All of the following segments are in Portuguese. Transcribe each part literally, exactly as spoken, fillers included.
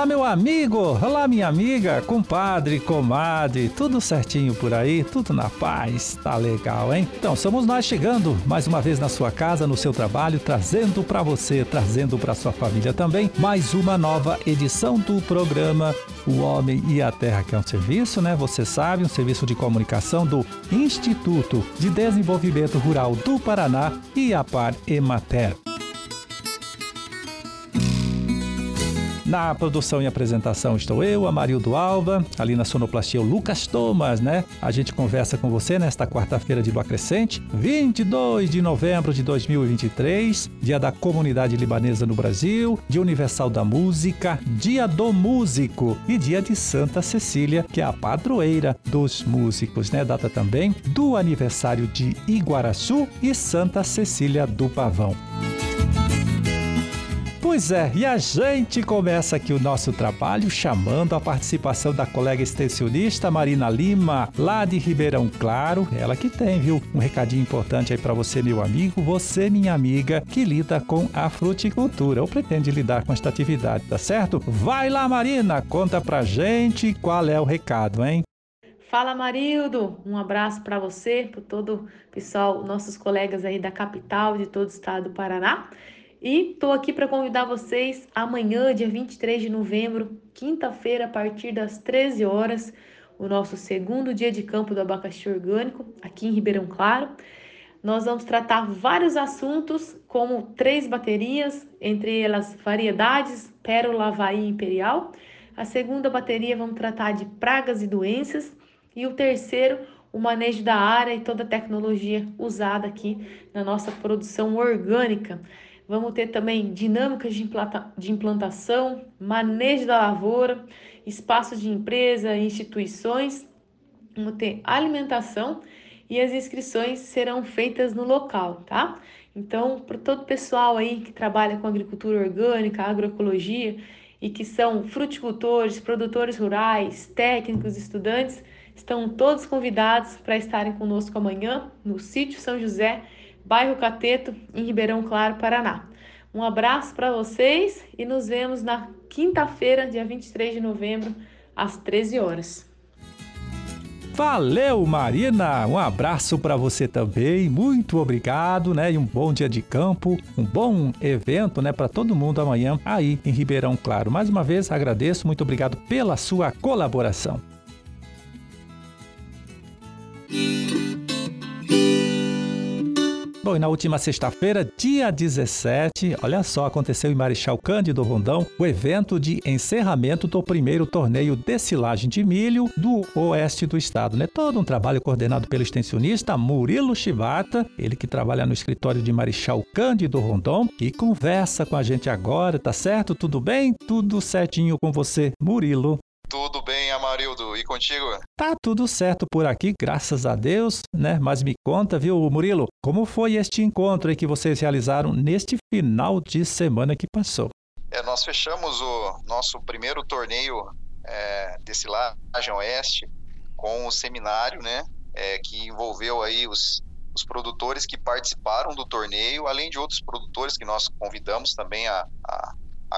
Olá, meu amigo! Olá, minha amiga, compadre, comadre, tudo certinho por aí? Tudo na paz? Tá legal, hein? Então, somos nós chegando mais uma vez na sua casa, no seu trabalho, trazendo pra você, trazendo pra sua família também, mais uma nova edição do programa O Homem e a Terra, que é um serviço, né? Você sabe, um serviço de comunicação do Instituto de Desenvolvimento Rural do Paraná e a Par Emater. Na produção e apresentação estou eu, Amarildo Alba, ali na sonoplastia o Lucas Thomas, né? A gente conversa com você nesta quarta-feira de lua crescente, vinte e dois de novembro de dois mil e vinte e três, dia da comunidade libanesa no Brasil, dia universal da música, dia do músico e dia de Santa Cecília, que é a padroeira dos músicos, né? Data também do aniversário de Iguaraçu e Santa Cecília do Pavão. Pois é, e a gente começa aqui o nosso trabalho chamando a participação da colega extensionista Marina Lima, lá de Ribeirão Claro. Ela que tem, viu, um recadinho importante aí para você, meu amigo, você, minha amiga, que lida com a fruticultura ou pretende lidar com esta atividade, tá certo? Vai lá, Marina, conta pra gente qual é o recado, hein? Fala, Marildo, um abraço para você, para todo o pessoal, nossos colegas aí da capital, de todo o estado do Paraná. E estou aqui para convidar vocês amanhã, dia vinte e três de novembro, quinta-feira, a partir das treze horas, o nosso segundo dia de campo do abacaxi orgânico, aqui em Ribeirão Claro. Nós vamos tratar vários assuntos, como três baterias, entre elas variedades, Pérola, Havaí e Imperial. A segunda bateria vamos tratar de pragas e doenças. E o terceiro, o manejo da área e toda a tecnologia usada aqui na nossa produção orgânica. Vamos ter também dinâmicas de, implanta- de implantação, manejo da lavoura, espaços de empresa e instituições. Vamos ter alimentação e as inscrições serão feitas no local, tá? Então, para todo o pessoal aí que trabalha com agricultura orgânica, agroecologia e que são fruticultores, produtores rurais, técnicos, estudantes, estão todos convidados para estarem conosco amanhã no Sítio São José, bairro Cateto, em Ribeirão Claro, Paraná. Um abraço para vocês e nos vemos na quinta-feira, dia vinte e três de novembro, às treze horas. Valeu, Marina! Um abraço para você também, muito obrigado, né? E um bom dia de campo, um bom evento, né, para todo mundo amanhã aí em Ribeirão Claro. Mais uma vez agradeço, muito obrigado pela sua colaboração. Bom, e na última sexta-feira, dia dezessete, olha só, aconteceu em Marechal Cândido Rondão o evento de encerramento do primeiro torneio de silagem de milho do oeste do estado, né? Todo um trabalho coordenado pelo extensionista Murilo Chivata, ele que trabalha no escritório de Marechal Cândido Rondon e conversa com a gente agora, tá certo? Tudo bem? Tudo certinho com você, Murilo? Tudo bem, Amarildo. E contigo? Tá tudo certo por aqui, graças a Deus, né? Mas me conta, viu, Murilo, como foi este encontro aí que vocês realizaram neste final de semana que passou? É, nós fechamos o nosso primeiro torneio é, de silagem oeste com o seminário, né? É, que envolveu aí os, os produtores que participaram do torneio, além de outros produtores que nós convidamos também a, a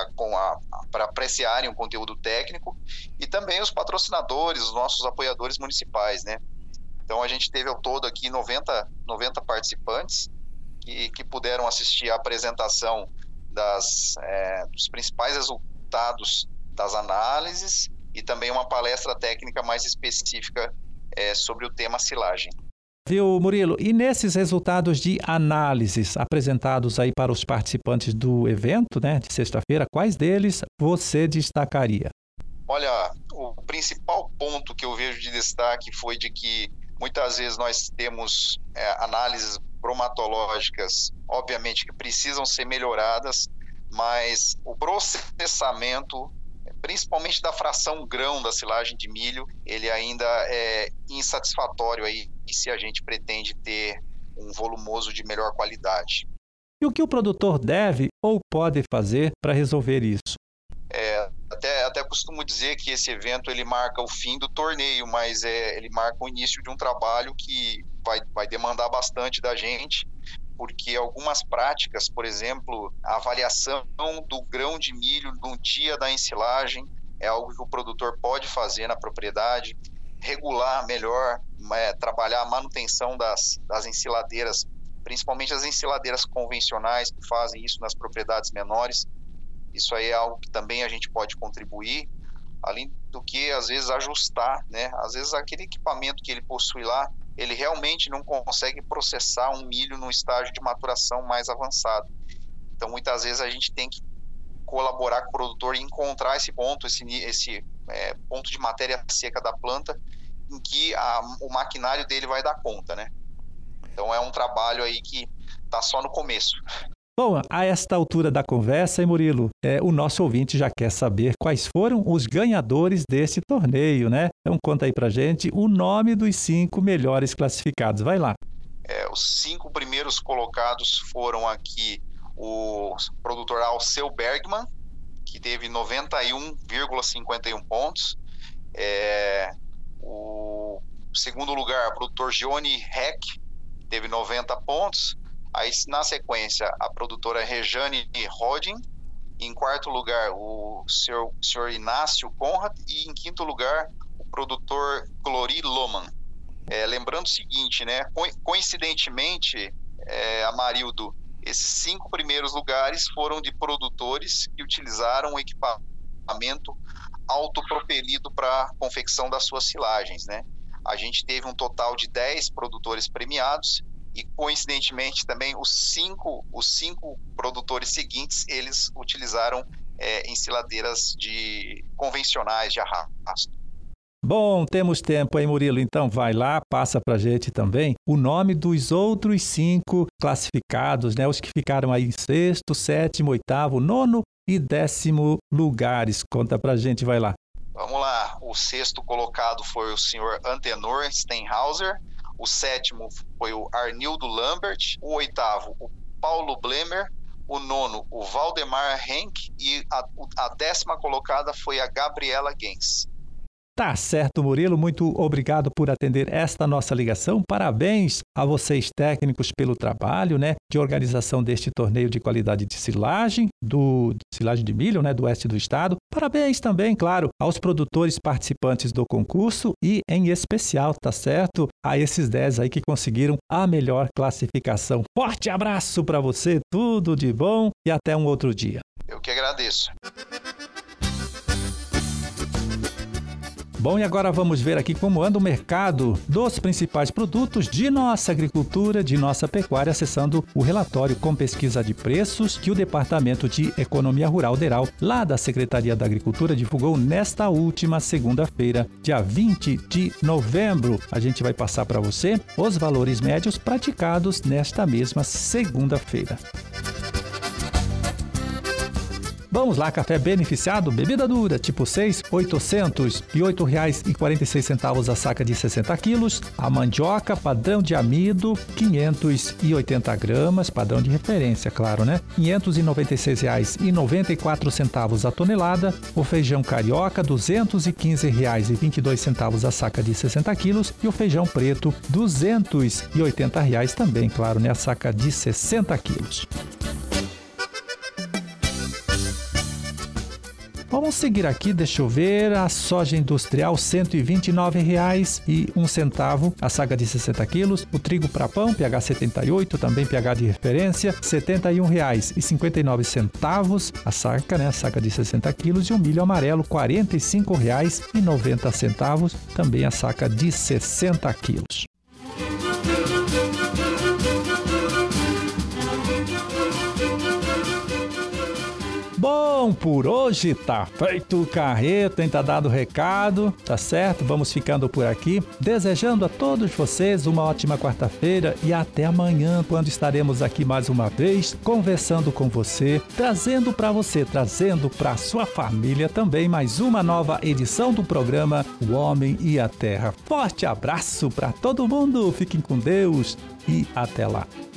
para apreciarem o conteúdo técnico e também os patrocinadores, os nossos apoiadores municipais, né? Então a gente teve ao todo aqui noventa, noventa participantes que, que puderam assistir à apresentação das, é, dos principais resultados das análises e também uma palestra técnica mais específica é, sobre o tema silagem. Viu, Murilo? E nesses resultados de análises apresentados aí para os participantes do evento, né, de sexta-feira, quais deles você destacaria? Olha, o principal ponto que eu vejo de destaque foi de que muitas vezes nós temos é, análises bromatológicas, obviamente, que precisam ser melhoradas, mas o processamento, principalmente da fração grão da silagem de milho, ele ainda é insatisfatório aí se a gente pretende ter um volumoso de melhor qualidade. E o que o produtor deve ou pode fazer para resolver isso? É, até, até costumo dizer que esse evento ele marca o fim do torneio, mas é, ele marca o início de um trabalho que vai, vai demandar bastante da gente, porque algumas práticas, por exemplo, a avaliação do grão de milho no dia da ensilagem é algo que o produtor pode fazer na propriedade, regular melhor, é, trabalhar a manutenção das, das ensiladeiras, principalmente as ensiladeiras convencionais que fazem isso nas propriedades menores. Isso aí é algo que também a gente pode contribuir, além do que, às vezes, ajustar, né? Às vezes, aquele equipamento que ele possui lá, ele realmente não consegue processar um milho num estágio de maturação mais avançado. Então, muitas vezes, a gente tem que colaborar com o produtor e encontrar esse ponto, esse, esse é, ponto de matéria seca da planta, em que a, o maquinário dele vai dar conta, né? Então é um trabalho aí que está só no começo. Bom, a esta altura da conversa, hein, Murilo, é, o nosso ouvinte já quer saber quais foram os ganhadores desse torneio, né? Então conta aí pra gente o nome dos cinco melhores classificados. Vai lá. É, os cinco primeiros colocados foram aqui o produtor Alceu Bergman, que teve noventa e um vírgula cinquenta e um pontos. É, o segundo lugar, o produtor Johnny Heck, teve noventa pontos. Aí, na sequência, a produtora Rejane Rodin. Em quarto lugar, o senhor, senhor Inácio Conrad. E em quinto lugar, o produtor Glori Loman. É, lembrando o seguinte, né? Coincidentemente, é, Amarildo, esses cinco primeiros lugares foram de produtores que utilizaram o equipamento autopropelido para a confecção das suas silagens, né? A gente teve um total de dez produtores premiados e, coincidentemente, também os cinco, os cinco produtores seguintes, eles utilizaram é, ensiladeiras de, convencionais de arrasto. Bom, temos tempo, hein, Murilo? Então vai lá, passa pra gente também o nome dos outros cinco classificados, né? Os que ficaram aí em sexto, sétimo, oitavo, nono e décimo lugares. Conta pra gente, vai lá. Vamos lá, o sexto colocado foi o senhor Antenor Steinhauser, o sétimo foi o Arnildo Lambert, o oitavo o Paulo Blemer, o nono o Valdemar Henk e a, a décima colocada foi a Gabriela Gens. Tá certo, Murilo, muito obrigado por atender esta nossa ligação. Parabéns a vocês técnicos pelo trabalho, né, de organização deste torneio de qualidade de silagem, do de silagem de milho, né, do oeste do estado. Parabéns também, claro, aos produtores participantes do concurso e, em especial, tá certo, a esses dez aí que conseguiram a melhor classificação. Forte abraço para você, tudo de bom e até um outro dia. Eu que agradeço. Bom, e agora vamos ver aqui como anda o mercado dos principais produtos de nossa agricultura, de nossa pecuária, acessando o relatório com pesquisa de preços que o Departamento de Economia Rural DERAL, lá da Secretaria da Agricultura, divulgou nesta última segunda-feira, dia vinte de novembro. A gente vai passar para você os valores médios praticados nesta mesma segunda-feira. Vamos lá, café beneficiado, bebida dura, tipo seis, oitocentos e oito reais e quarenta e seis centavos a saca de sessenta quilos. A mandioca, padrão de amido, quinhentos e oitenta gramas, padrão de referência, claro, né? quinhentos e noventa e seis reais e noventa e quatro centavos a tonelada. O feijão carioca, duzentos e quinze reais e vinte e dois centavos a saca de sessenta quilos. E o feijão preto, duzentos e oitenta reais também, claro, né? A saca de sessenta quilos. Vamos seguir aqui, deixa eu ver, a soja industrial cento e vinte e nove reais e um centavo, a saca de sessenta quilos, o trigo para pão, pH setenta e oito, também pH de referência, setenta e um reais e cinquenta e nove centavos, a saca, né, a saca de sessenta quilos, e o milho amarelo, quarenta e cinco reais e noventa centavos, também a saca de sessenta quilos. Bom, por hoje tá feito o carreto, hein? Tá dado o recado, tá certo? Vamos ficando por aqui, desejando a todos vocês uma ótima quarta-feira e até amanhã, quando estaremos aqui mais uma vez, conversando com você, trazendo para você, trazendo para sua família também mais uma nova edição do programa O Homem e a Terra. Forte abraço para todo mundo, fiquem com Deus e até lá.